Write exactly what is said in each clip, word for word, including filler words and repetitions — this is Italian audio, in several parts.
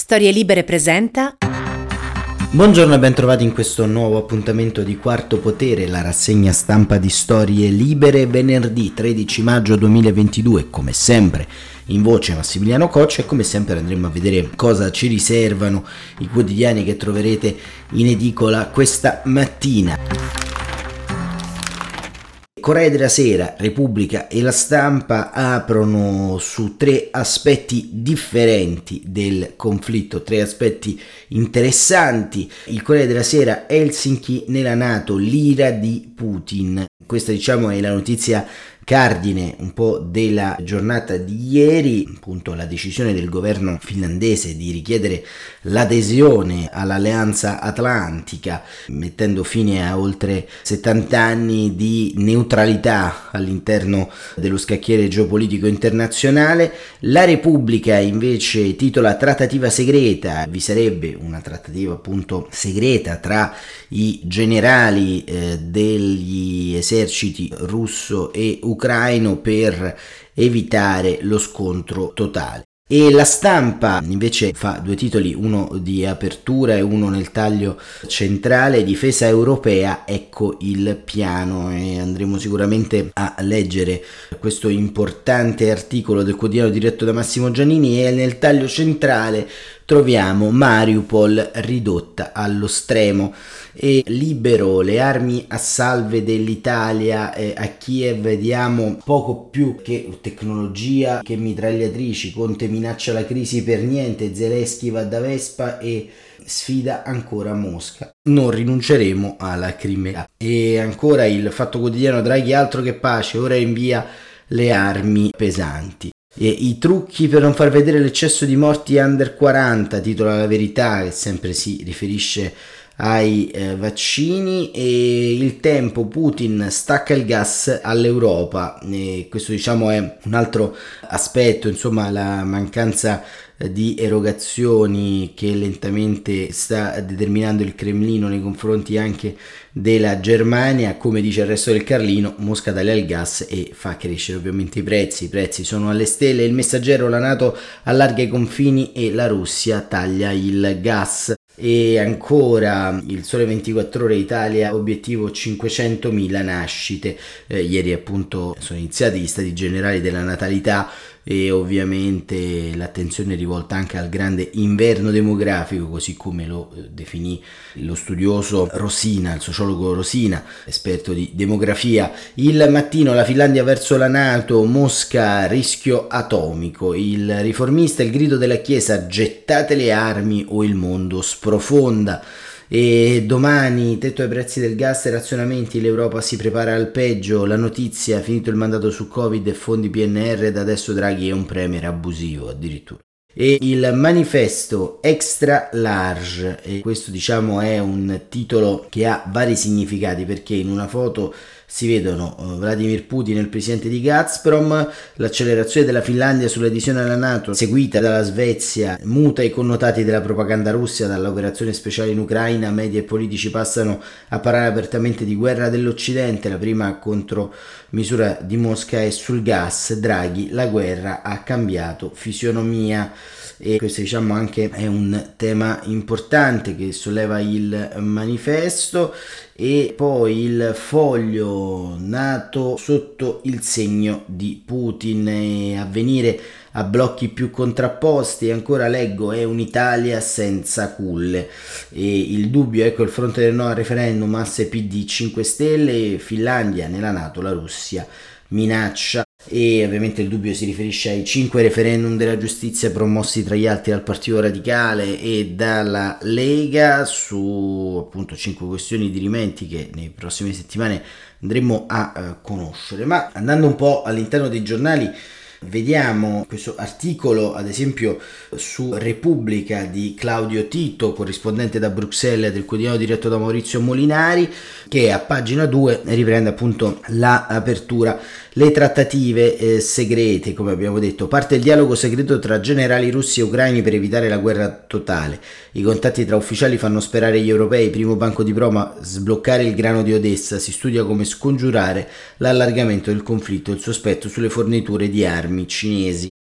Storie Libere presenta. Buongiorno e ben trovati in questo nuovo appuntamento di Quarto Potere, la rassegna stampa di Storie Libere, venerdì tredici maggio duemilaventidue, come sempre in voce Massimiliano Coccia, e come sempre andremo a vedere cosa ci riservano i quotidiani che troverete in edicola questa mattina. Corriere della Sera, Repubblica e La Stampa aprono su tre aspetti differenti del conflitto, tre aspetti interessanti. Il Corriere della Sera: Helsinki nella NATO, l'ira di Putin. Questa, diciamo, è la notizia cardine un po' della giornata di ieri, appunto la decisione del governo finlandese di richiedere l'adesione all'Alleanza Atlantica, mettendo fine a oltre settanta anni di neutralità all'interno dello scacchiere geopolitico internazionale. La Repubblica invece titola trattativa segreta. Vi sarebbe una trattativa appunto segreta tra i generali eh, degli eserciti russo e ucraino per evitare lo scontro totale. E La Stampa invece fa due titoli, uno di apertura e uno nel taglio centrale: difesa europea, ecco il piano, e andremo sicuramente a leggere questo importante articolo del quotidiano diretto da Massimo Giannini. E nel taglio centrale troviamo Mariupol ridotta allo stremo. E Libero: le armi a salve dell'Italia, eh, a Kiev vediamo poco più che tecnologia, che mitragliatrici. Conte minaccia la crisi per niente, Zelensky va da Vespa e sfida ancora Mosca. Non rinunceremo alla Crimea. E ancora il Fatto Quotidiano: Draghi altro che pace, ora invia le armi pesanti. E i trucchi per non far vedere l'eccesso di morti under quaranta, titola La Verità, che sempre si riferisce ai eh, vaccini. E Il Tempo: Putin stacca il gas all'Europa. E questo, diciamo, è un altro aspetto, insomma, la mancanza di erogazioni che lentamente sta determinando il Cremlino nei confronti anche della Germania. Come dice il Resto del Carlino, Mosca taglia il gas e fa crescere ovviamente i prezzi. I prezzi sono alle stelle. Il Messaggero: la NATO allarga i confini e la Russia taglia il gas. E ancora Il Sole ventiquattro Ore: Italia, obiettivo cinquecentomila nascite. Eh, ieri appunto sono iniziati gli stati generali della natalità e ovviamente l'attenzione è rivolta anche al grande inverno demografico, così come lo eh, definì lo studioso Rosina, il sociologo Rosina, esperto di demografia. Il Mattino: la Finlandia verso la NATO, Mosca rischio atomico. Il Riformista: il grido della Chiesa, gettate le armi o il mondo sprofonda. E Domani: tetto ai prezzi del gas e razionamenti, l'Europa si prepara al peggio. La Notizia: finito il mandato su Covid e fondi P N R, da adesso Draghi è un premier abusivo addirittura. E il Manifesto: extra large, e questo, diciamo, è un titolo che ha vari significati, perché in una foto si vedono Vladimir Putin e il presidente di Gazprom. L'accelerazione della Finlandia sull'adesione alla NATO, seguita dalla Svezia, muta i connotati della propaganda russa. Dall'operazione speciale in Ucraina, media e politici passano a parlare apertamente di guerra dell'Occidente. La prima contromisura di Mosca è sul gas. Draghi: la guerra ha cambiato fisionomia. E questo, diciamo, anche è un tema importante che solleva il Manifesto. E poi il Foglio: NATO sotto il segno di Putin, e Avvenire: a blocchi più contrapposti. E ancora leggo: è un'Italia senza culle. E il Dubbio: ecco il fronte del no al referendum, asse P D cinque Stelle. E Finlandia nella NATO, la Russia minaccia. E ovviamente il Dubbio si riferisce ai cinque referendum della giustizia promossi tra gli altri dal Partito Radicale e dalla Lega su appunto cinque questioni dirimenti che nei prossime settimane andremo a uh, conoscere. Ma andando un po' all'interno dei giornali, vediamo questo articolo ad esempio su Repubblica di Claudio Tito, corrispondente da Bruxelles del quotidiano diretto da Maurizio Molinari, che a pagina due riprende appunto l'apertura. Le trattative eh, segrete, come abbiamo detto, parte il dialogo segreto tra generali russi e ucraini per evitare la guerra totale. I contatti tra ufficiali fanno sperare gli europei, primo banco di prova, sbloccare il grano di Odessa. Si studia come scongiurare l'allargamento del conflitto e il sospetto sulle forniture di armi cinesi.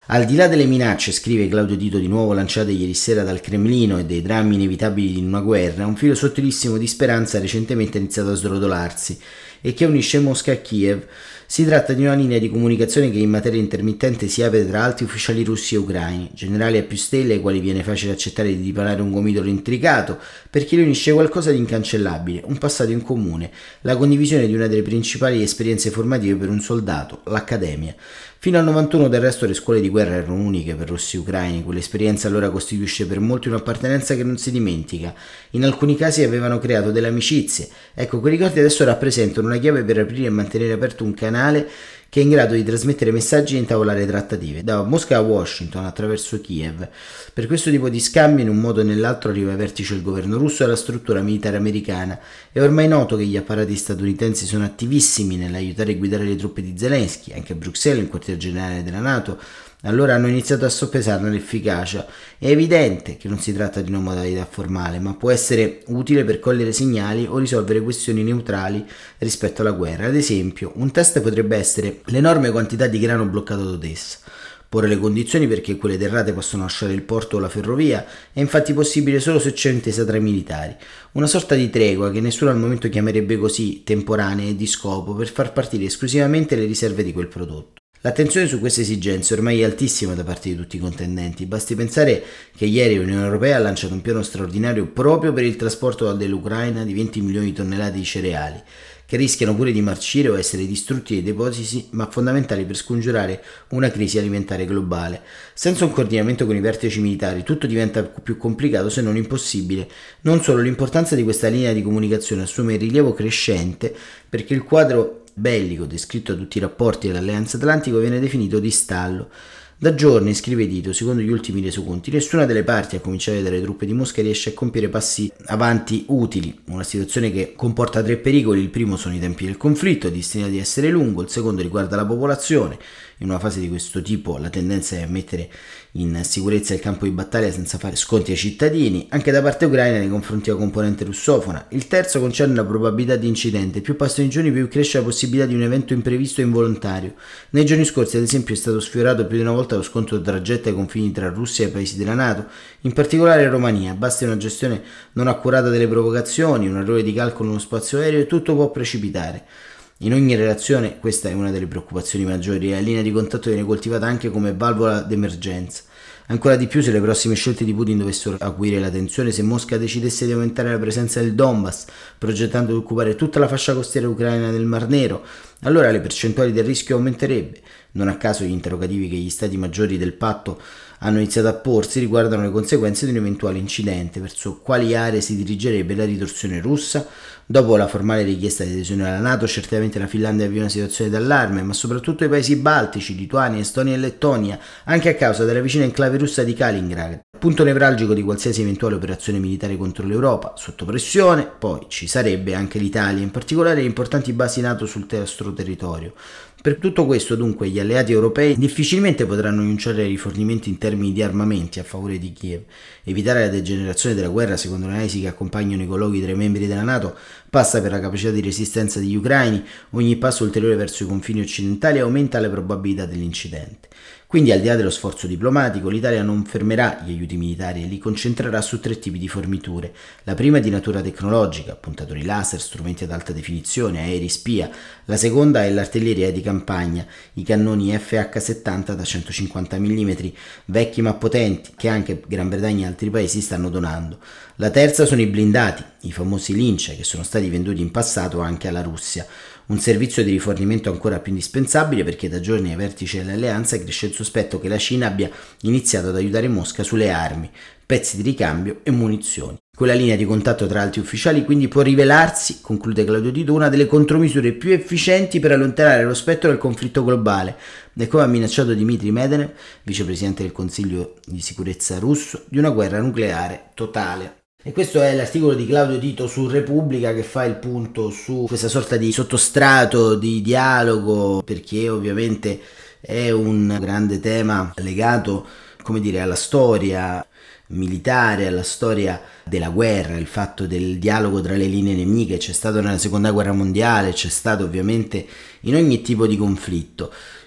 Al di là delle minacce, scrive Claudio Tito, di nuovo lanciate ieri sera dal Cremlino, e dei drammi inevitabili di una guerra, un filo sottilissimo di speranza ha recentemente iniziato a srotolarsi e che unisce Mosca a Kiev. Si tratta di una linea di comunicazione che in materia intermittente si apre tra alti ufficiali russi e ucraini, generali a più stelle ai quali viene facile accettare di dipanare un gomitolo intricato, perché li unisce qualcosa di incancellabile, un passato in comune, la condivisione di una delle principali esperienze formative per un soldato, l'accademia. Fino al novantuno del resto le scuole di guerra erano uniche per russi e ucraini, quell'esperienza allora costituisce per molti un'appartenenza che non si dimentica. In alcuni casi avevano creato delle amicizie. Ecco, quei ricordi adesso rappresentano una chiave per aprire e mantenere aperto un canale che è in grado di trasmettere messaggi e intavolare trattative, da Mosca a Washington attraverso Kiev. Per questo tipo di scambi, in un modo o nell'altro, arriva ai vertici il governo russo e la struttura militare americana. È ormai noto che gli apparati statunitensi sono attivissimi nell'aiutare e guidare le truppe di Zelensky, anche a Bruxelles, in quartier generale della NATO. Allora hanno iniziato a soppesarne l'efficacia. È evidente che non si tratta di una modalità formale, ma può essere utile per cogliere segnali o risolvere questioni neutrali rispetto alla guerra. Ad esempio, un test potrebbe essere l'enorme quantità di grano bloccato ad Odessa. Porre le condizioni perché quelle terrate possano lasciare il porto o la ferrovia è infatti possibile solo se c'è intesa tra i militari. Una sorta di tregua che nessuno al momento chiamerebbe così, temporanea e di scopo, per far partire esclusivamente le riserve di quel prodotto. L'attenzione su queste esigenze ormai è altissima da parte di tutti i contendenti, basti pensare che ieri l'Unione Europea ha lanciato un piano straordinario proprio per il trasporto dall'Ucraina di venti milioni di tonnellate di cereali, che rischiano pure di marcire o essere distrutti nei depositi, ma fondamentali per scongiurare una crisi alimentare globale. Senza un coordinamento con i vertici militari tutto diventa più complicato, se non impossibile. Non solo, l'importanza di questa linea di comunicazione assume rilievo crescente perché il quadro bellico descritto da tutti i rapporti dell'Alleanza Atlantica viene definito di stallo. Da giorni, scrive Tito, secondo gli ultimi resoconti, nessuna delle parti, a cominciare dalle truppe di Mosca, riesce a compiere passi avanti utili. Una situazione che comporta tre pericoli. Il primo sono i tempi del conflitto, destinato di essere lungo. Il secondo riguarda la popolazione. In una fase di questo tipo la tendenza è a mettere in sicurezza il campo di battaglia senza fare sconti ai cittadini, anche da parte ucraina nei confronti della componente russofona. Il terzo concerne la probabilità di incidente. Più passano i giorni, più cresce la possibilità di un evento imprevisto e involontario. Nei giorni scorsi, ad esempio, è stato sfiorato più di una volta lo scontro tra jet ai confini tra Russia e i paesi della NATO, in particolare in Romania. Basta una gestione non accurata delle provocazioni, un errore di calcolo nello spazio aereo e tutto può precipitare. In ogni relazione questa è una delle preoccupazioni maggiori e la linea di contatto viene coltivata anche come valvola d'emergenza. Ancora di più se le prossime scelte di Putin dovessero acuire la tensione, se Mosca decidesse di aumentare la presenza del Donbass, progettando di occupare tutta la fascia costiera ucraina del Mar Nero, allora le percentuali del rischio aumenterebbe. Non a caso gli interrogativi che gli stati maggiori del patto hanno iniziato a porsi riguardano le conseguenze di un eventuale incidente, verso quali aree si dirigerebbe la ritorsione russa. Dopo la formale richiesta di adesione alla NATO, certamente la Finlandia vive una situazione d'allarme, ma soprattutto i paesi baltici, Lituania, Estonia e Lettonia, anche a causa della vicina enclave russa di Kaliningrad, punto nevralgico di qualsiasi eventuale operazione militare contro l'Europa. Sotto pressione poi ci sarebbe anche l'Italia, in particolare le importanti basi NATO sul nostro territorio. Per tutto questo, dunque, gli alleati europei difficilmente potranno rinunciare ai rifornimenti in termini di armamenti a favore di Kiev. Evitare la degenerazione della guerra, secondo le analisi che accompagnano i colloqui tra i membri della NATO, passa per la capacità di resistenza degli ucraini. Ogni passo ulteriore verso i confini occidentali aumenta le probabilità dell'incidente. Quindi, al di là dello sforzo diplomatico, l'Italia non fermerà gli aiuti militari e li concentrerà su tre tipi di forniture. La prima è di natura tecnologica, puntatori laser, strumenti ad alta definizione, aerei spia. La seconda è l'artiglieria di campagna, i cannoni F H settanta da centocinquanta millimetri, vecchi ma potenti, che anche Gran Bretagna e altri paesi stanno donando. La terza sono i blindati, i famosi Lince, che sono stati venduti in passato anche alla Russia. Un servizio di rifornimento ancora più indispensabile perché da giorni ai vertici dell'alleanza cresce il sospetto che la Cina abbia iniziato ad aiutare Mosca sulle armi, pezzi di ricambio e munizioni. Quella linea di contatto tra alti ufficiali quindi può rivelarsi, conclude Claudio Tito, una delle contromisure più efficienti per allontanare lo spettro del conflitto globale. E come ha minacciato Dmitry Medvedev, vicepresidente del Consiglio di sicurezza russo, di una guerra nucleare totale. E questo è l'articolo di Claudio Tito su Repubblica che fa il punto su questa sorta di sottostrato di dialogo, perché ovviamente è un grande tema legato, come dire, alla storia militare, alla storia della guerra, il fatto del dialogo tra le linee nemiche. C'è stato nella seconda guerra mondiale, c'è stato ovviamente in ogni tipo di conflitto.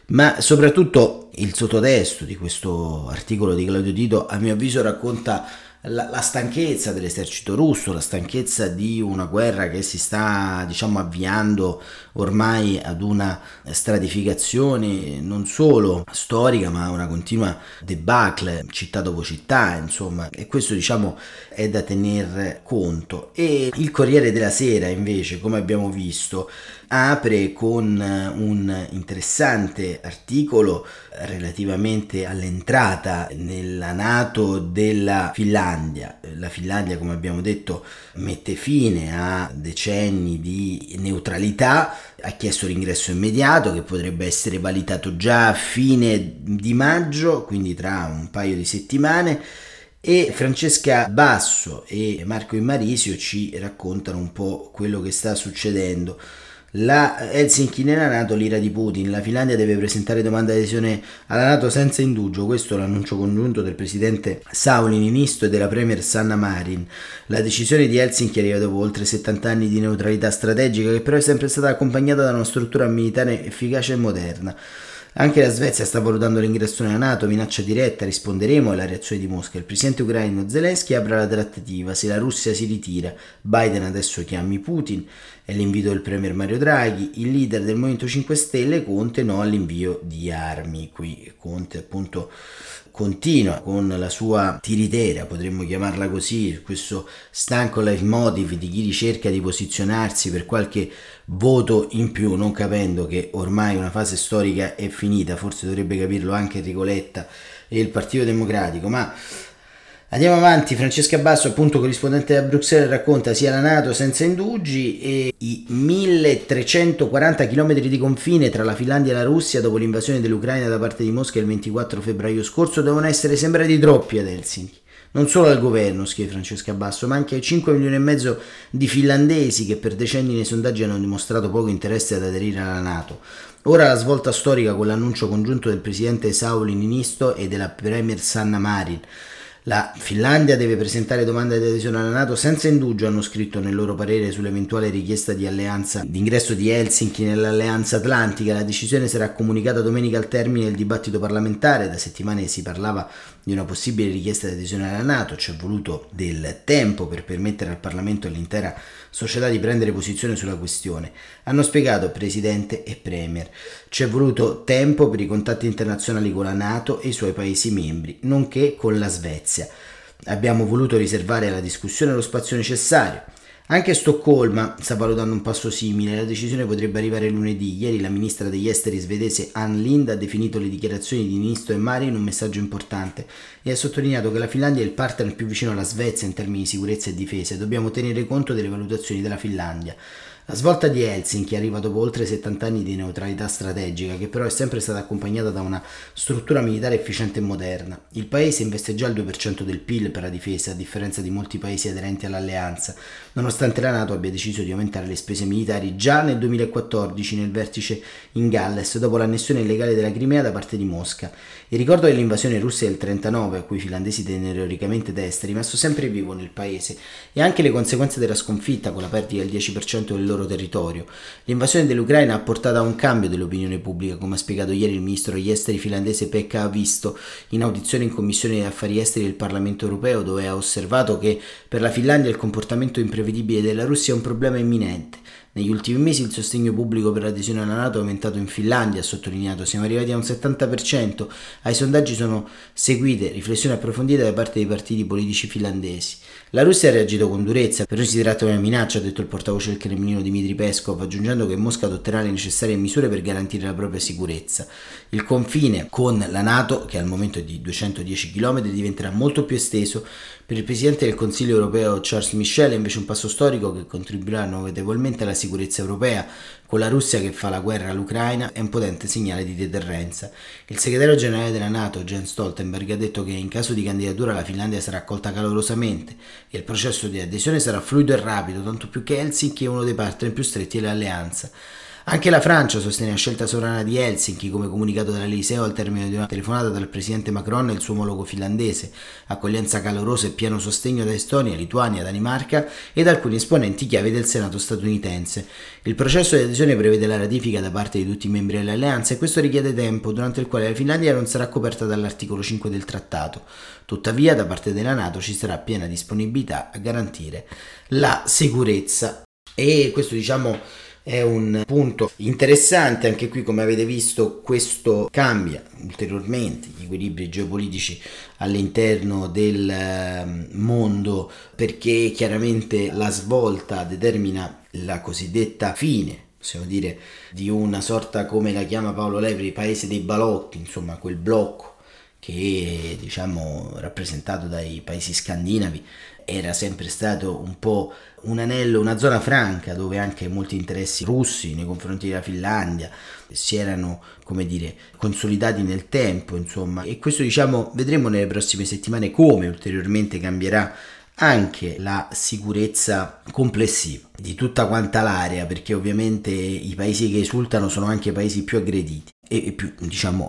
Ma soprattutto il sottotesto di questo articolo di Claudio Tito, a mio avviso, racconta la, la stanchezza dell'esercito russo, la stanchezza di una guerra che si sta, diciamo, avviando ormai ad una stratificazione non solo storica, ma una continua debacle città dopo città, insomma, e questo, diciamo, è da tener conto. E il Corriere della Sera, invece, come abbiamo visto, apre con un interessante articolo relativamente all'entrata nella NATO della Finlandia. La Finlandia, come abbiamo detto, mette fine a decenni di neutralità, ha chiesto l'ingresso immediato che potrebbe essere validato già a fine di maggio, quindi tra un paio di settimane. E Francesca Basso e Marco Immarisio ci raccontano un po' quello che sta succedendo. La Helsinki nella NATO, l'ira di Putin. La Finlandia deve presentare domanda di adesione alla NATO senza indugio. Questo è l'annuncio congiunto del presidente Sauli Niinisto e della premier Sanna Marin. La decisione di Helsinki arriva dopo oltre settanta anni di neutralità strategica, che però è sempre stata accompagnata da una struttura militare efficace e moderna. Anche la Svezia sta valutando l'ingresso nella NATO, minaccia diretta, risponderemo alla reazione di Mosca. Il presidente ucraino Zelensky apre la trattativa, se la Russia si ritira, Biden adesso chiami Putin, è l'invito del premier Mario Draghi, il leader del Movimento cinque Stelle Conte no all'invio di armi. Qui Conte appunto continua con la sua tiritera, potremmo chiamarla così, questo stanco leitmotiv di chi ricerca di posizionarsi per qualche voto in più, non capendo che ormai una fase storica è finita. Forse dovrebbe capirlo anche Enrico Letta e il Partito Democratico. Ma andiamo avanti. Francesca Basso, appunto corrispondente da Bruxelles, racconta sia la NATO senza indugi e i milletrecentoquaranta chilometri di confine tra la Finlandia e la Russia dopo l'invasione dell'Ucraina da parte di Mosca il ventiquattro febbraio scorso devono essere sembrati troppi ad Helsinki. Non solo al governo, scrive Francesca Basso, ma anche ai cinque milioni e mezzo di finlandesi che per decenni nei sondaggi hanno dimostrato poco interesse ad aderire alla NATO. Ora la svolta storica con l'annuncio congiunto del presidente Sauli Niinisto e della premier Sanna Marin. La Finlandia deve presentare domanda di adesione alla NATO senza indugio, hanno scritto nel loro parere sull'eventuale richiesta di alleanza di ingresso di Helsinki nell'alleanza atlantica. La decisione sarà comunicata domenica al termine del dibattito parlamentare. Da settimane si parlava di una possibile richiesta di adesione alla NATO, ci è voluto del tempo per permettere al Parlamento e all'intera società di prendere posizione sulla questione. Hanno spiegato Presidente e Premier. Ci è voluto tempo per i contatti internazionali con la NATO e i suoi Paesi membri, nonché con la Svezia. Abbiamo voluto riservare alla discussione lo spazio necessario. Anche Stoccolma sta valutando un passo simile, la decisione potrebbe arrivare lunedì. Ieri la ministra degli esteri svedese Ann Linde ha definito le dichiarazioni di Niinisto e Marin un messaggio importante e ha sottolineato che la Finlandia è il partner più vicino alla Svezia in termini di sicurezza e difesa e dobbiamo tenere conto delle valutazioni della Finlandia. La svolta di Helsinki arriva dopo oltre settanta anni di neutralità strategica, che però è sempre stata accompagnata da una struttura militare efficiente e moderna. Il paese investe già il due per cento del P I L per la difesa, a differenza di molti paesi aderenti all'alleanza, nonostante la NATO abbia deciso di aumentare le spese militari già nel duemilaquattordici nel vertice in Galles, dopo l'annessione illegale della Crimea da parte di Mosca. Il ricordo dell'invasione russa del trentanove, a cui i finlandesi tennero eroricamente destra, è rimasto sempre vivo nel paese, e anche le conseguenze della sconfitta, con la perdita del dieci per cento del loro territorio. L'invasione dell'Ucraina ha portato a un cambio dell'opinione pubblica, come ha spiegato ieri il ministro degli esteri finlandese Pekka Haavisto in audizione in Commissione Affari Esteri del Parlamento Europeo, dove ha osservato che per la Finlandia il comportamento imprevedibile della Russia è un problema imminente. Negli ultimi mesi il sostegno pubblico per l'adesione alla NATO è aumentato in Finlandia, ha sottolineato, siamo arrivati a un settanta per cento. Ai sondaggi sono seguite riflessioni approfondite da parte dei partiti politici finlandesi. La Russia ha reagito con durezza, per noi si tratta di una minaccia, ha detto il portavoce del Cremlino Dmitry Peskov, aggiungendo che Mosca adotterà le necessarie misure per garantire la propria sicurezza. Il confine con la NATO, che al momento è di duecentodieci chilometri, diventerà molto più esteso. Per il Presidente del Consiglio europeo Charles Michel è invece un passo storico che contribuirà notevolmente alla sicurezza europea. Con la Russia che fa la guerra all'Ucraina è un potente segnale di deterrenza. Il segretario generale della NATO, Jens Stoltenberg, ha detto che in caso di candidatura la Finlandia sarà accolta calorosamente e il processo di adesione sarà fluido e rapido, tanto più che Helsinki è uno dei partner più stretti dell'alleanza. Anche la Francia sostiene la scelta sovrana di Helsinki, come comunicato dall'Eliseo al termine di una telefonata dal presidente Macron e il suo omologo finlandese, accoglienza calorosa e pieno sostegno da Estonia, Lituania, Danimarca ed alcuni esponenti chiave del Senato statunitense. Il processo di adesione prevede la ratifica da parte di tutti i membri dell'alleanza e questo richiede tempo, durante il quale la Finlandia non sarà coperta dall'articolo cinque del trattato. Tuttavia, da parte della NATO ci sarà piena disponibilità a garantire la sicurezza. E questo, diciamo, è un punto interessante. Anche qui, come avete visto, questo cambia ulteriormente gli equilibri geopolitici all'interno del mondo, perché chiaramente la svolta determina la cosiddetta fine, possiamo dire, di una sorta, come la chiama Paolo Lepri, paese dei balocchi, insomma quel blocco che, diciamo, rappresentato dai paesi scandinavi, era sempre stato un po' un anello, una zona franca dove anche molti interessi russi nei confronti della Finlandia si erano, come dire, consolidati nel tempo, insomma. E questo, diciamo, vedremo nelle prossime settimane come ulteriormente cambierà anche la sicurezza complessiva di tutta quanta l'area, perché ovviamente i paesi che esultano sono anche i paesi più aggrediti e più, diciamo,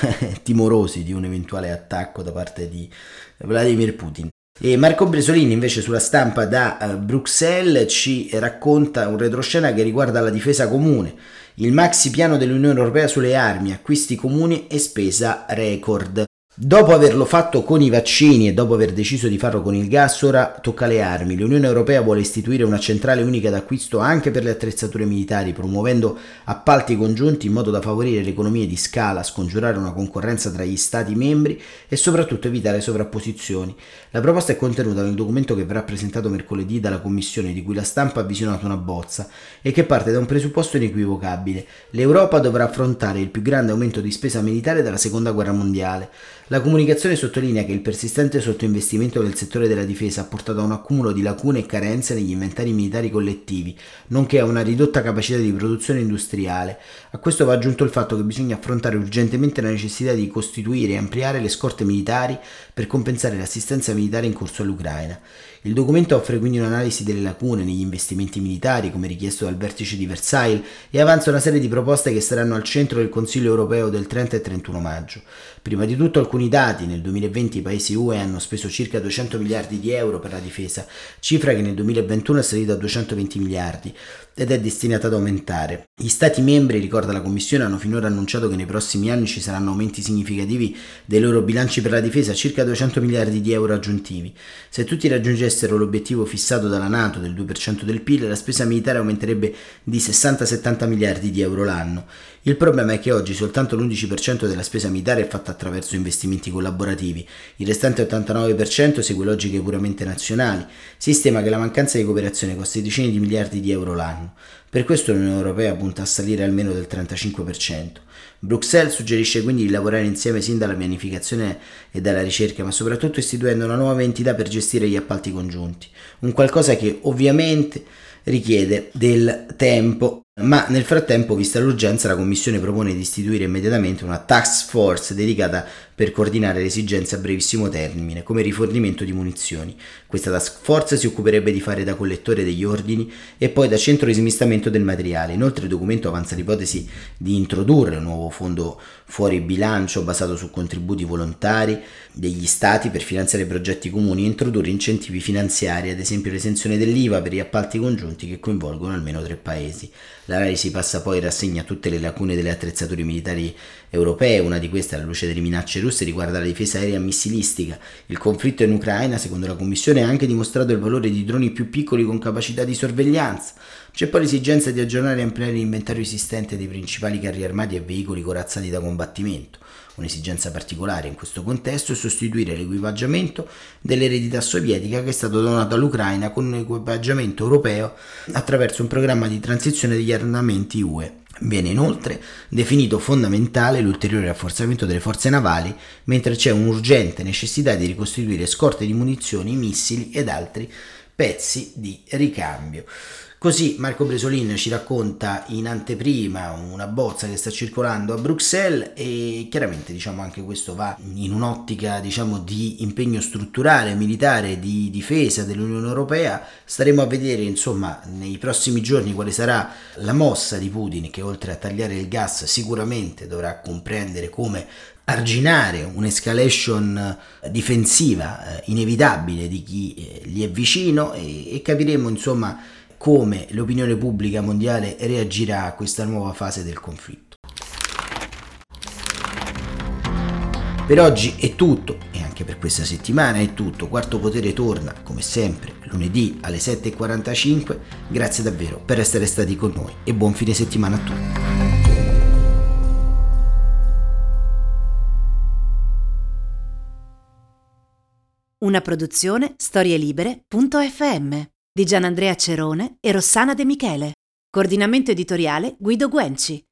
timorosi di un eventuale attacco da parte di Vladimir Putin. E Marco Bresolini invece sulla Stampa da uh, Bruxelles ci racconta un retroscena che riguarda la difesa comune, il maxi piano dell'Unione Europea sulle armi, acquisti comuni e spesa record. Dopo averlo fatto con i vaccini e dopo aver deciso di farlo con il gas, ora tocca alle armi. L'Unione Europea vuole istituire una centrale unica d'acquisto anche per le attrezzature militari, promuovendo appalti congiunti in modo da favorire le economie di scala, scongiurare una concorrenza tra gli Stati membri e soprattutto evitare sovrapposizioni. La proposta è contenuta nel documento che verrà presentato mercoledì dalla Commissione, di cui la Stampa ha visionato una bozza e che parte da un presupposto inequivocabile: l'Europa dovrà affrontare il più grande aumento di spesa militare dalla Seconda Guerra Mondiale. La comunicazione sottolinea che il persistente sottoinvestimento nel settore della difesa ha portato a un accumulo di lacune e carenze negli inventari militari collettivi, nonché a una ridotta capacità di produzione industriale. A questo va aggiunto il fatto che bisogna affrontare urgentemente la necessità di costituire e ampliare le scorte militari per compensare l'assistenza militare in corso all'Ucraina. Il documento offre quindi un'analisi delle lacune negli investimenti militari, come richiesto dal vertice di Versailles, e avanza una serie di proposte che saranno al centro del Consiglio europeo del trenta e trentuno maggio. Prima di tutto alcuni dati: nel duemilaventi i paesi U E hanno speso circa duecento miliardi di euro per la difesa, cifra che nel duemilaventuno è salita a duecentoventi miliardi ed è destinata ad aumentare. Gli Stati membri, ricorda la Commissione, hanno finora annunciato che nei prossimi anni ci saranno aumenti significativi dei loro bilanci per la difesa, circa duecento miliardi di euro aggiuntivi. Se tutti raggiungessero l'obiettivo fissato dalla NATO del due per cento del P I L, la spesa militare aumenterebbe di sessanta settanta miliardi di euro l'anno. Il problema è che oggi soltanto l'undici per cento della spesa militare è fatta attraverso investimenti collaborativi, il restante ottantanove per cento segue logiche puramente nazionali. Si stima che la mancanza di cooperazione costi decine di miliardi di euro l'anno. Per questo l'Unione Europea punta a salire almeno del trentacinque per cento. Bruxelles suggerisce quindi di lavorare insieme sin dalla pianificazione e dalla ricerca, ma soprattutto istituendo una nuova entità per gestire gli appalti congiunti, un qualcosa che ovviamente richiede del tempo. Ma nel frattempo, vista l'urgenza, la Commissione propone di istituire immediatamente una task force dedicata per coordinare le esigenze a brevissimo termine, come rifornimento di munizioni. Questa task force si occuperebbe di fare da collettore degli ordini e poi da centro di smistamento del materiale. Inoltre il documento avanza l'ipotesi di introdurre un nuovo fondo fuori bilancio basato su contributi volontari degli Stati per finanziare progetti comuni e introdurre incentivi finanziari, ad esempio l'esenzione dell'I V A per gli appalti congiunti che coinvolgono almeno tre paesi. L'analisi passa poi in rassegna tutte le lacune delle attrezzature militari europee. Una di queste, alla luce delle minacce russe, riguarda la difesa aerea missilistica. Il conflitto in Ucraina, secondo la Commissione, ha anche dimostrato il valore di droni più piccoli con capacità di sorveglianza. C'è poi l'esigenza di aggiornare e ampliare l'inventario esistente dei principali carri armati e veicoli corazzati da combattimento. Un'esigenza particolare in questo contesto è sostituire l'equipaggiamento dell'eredità sovietica che è stato donato all'Ucraina con un equipaggiamento europeo attraverso un programma di transizione degli armamenti U E. Viene inoltre definito fondamentale l'ulteriore rafforzamento delle forze navali, mentre c'è un'urgente necessità di ricostituire scorte di munizioni, missili ed altri pezzi di ricambio. Così Marco Bresolin ci racconta in anteprima una bozza che sta circolando a Bruxelles, e chiaramente diciamo anche questo va in un'ottica diciamo di impegno strutturale militare di difesa dell'Unione Europea. Staremo a vedere insomma nei prossimi giorni quale sarà la mossa di Putin, che oltre a tagliare il gas sicuramente dovrà comprendere come arginare un'escalation difensiva eh, inevitabile di chi eh, gli è vicino, e, e capiremo insomma come l'opinione pubblica mondiale reagirà a questa nuova fase del conflitto. Per oggi è tutto, e anche per questa settimana è tutto. Quarto Potere torna, come sempre, lunedì alle sette e quarantacinque. Grazie davvero per essere stati con noi e buon fine settimana a tutti. Una produzione storielibere punto effe emme di Gianandrea Cerone e Rossana De Michele. Coordinamento editoriale Guido Guenci.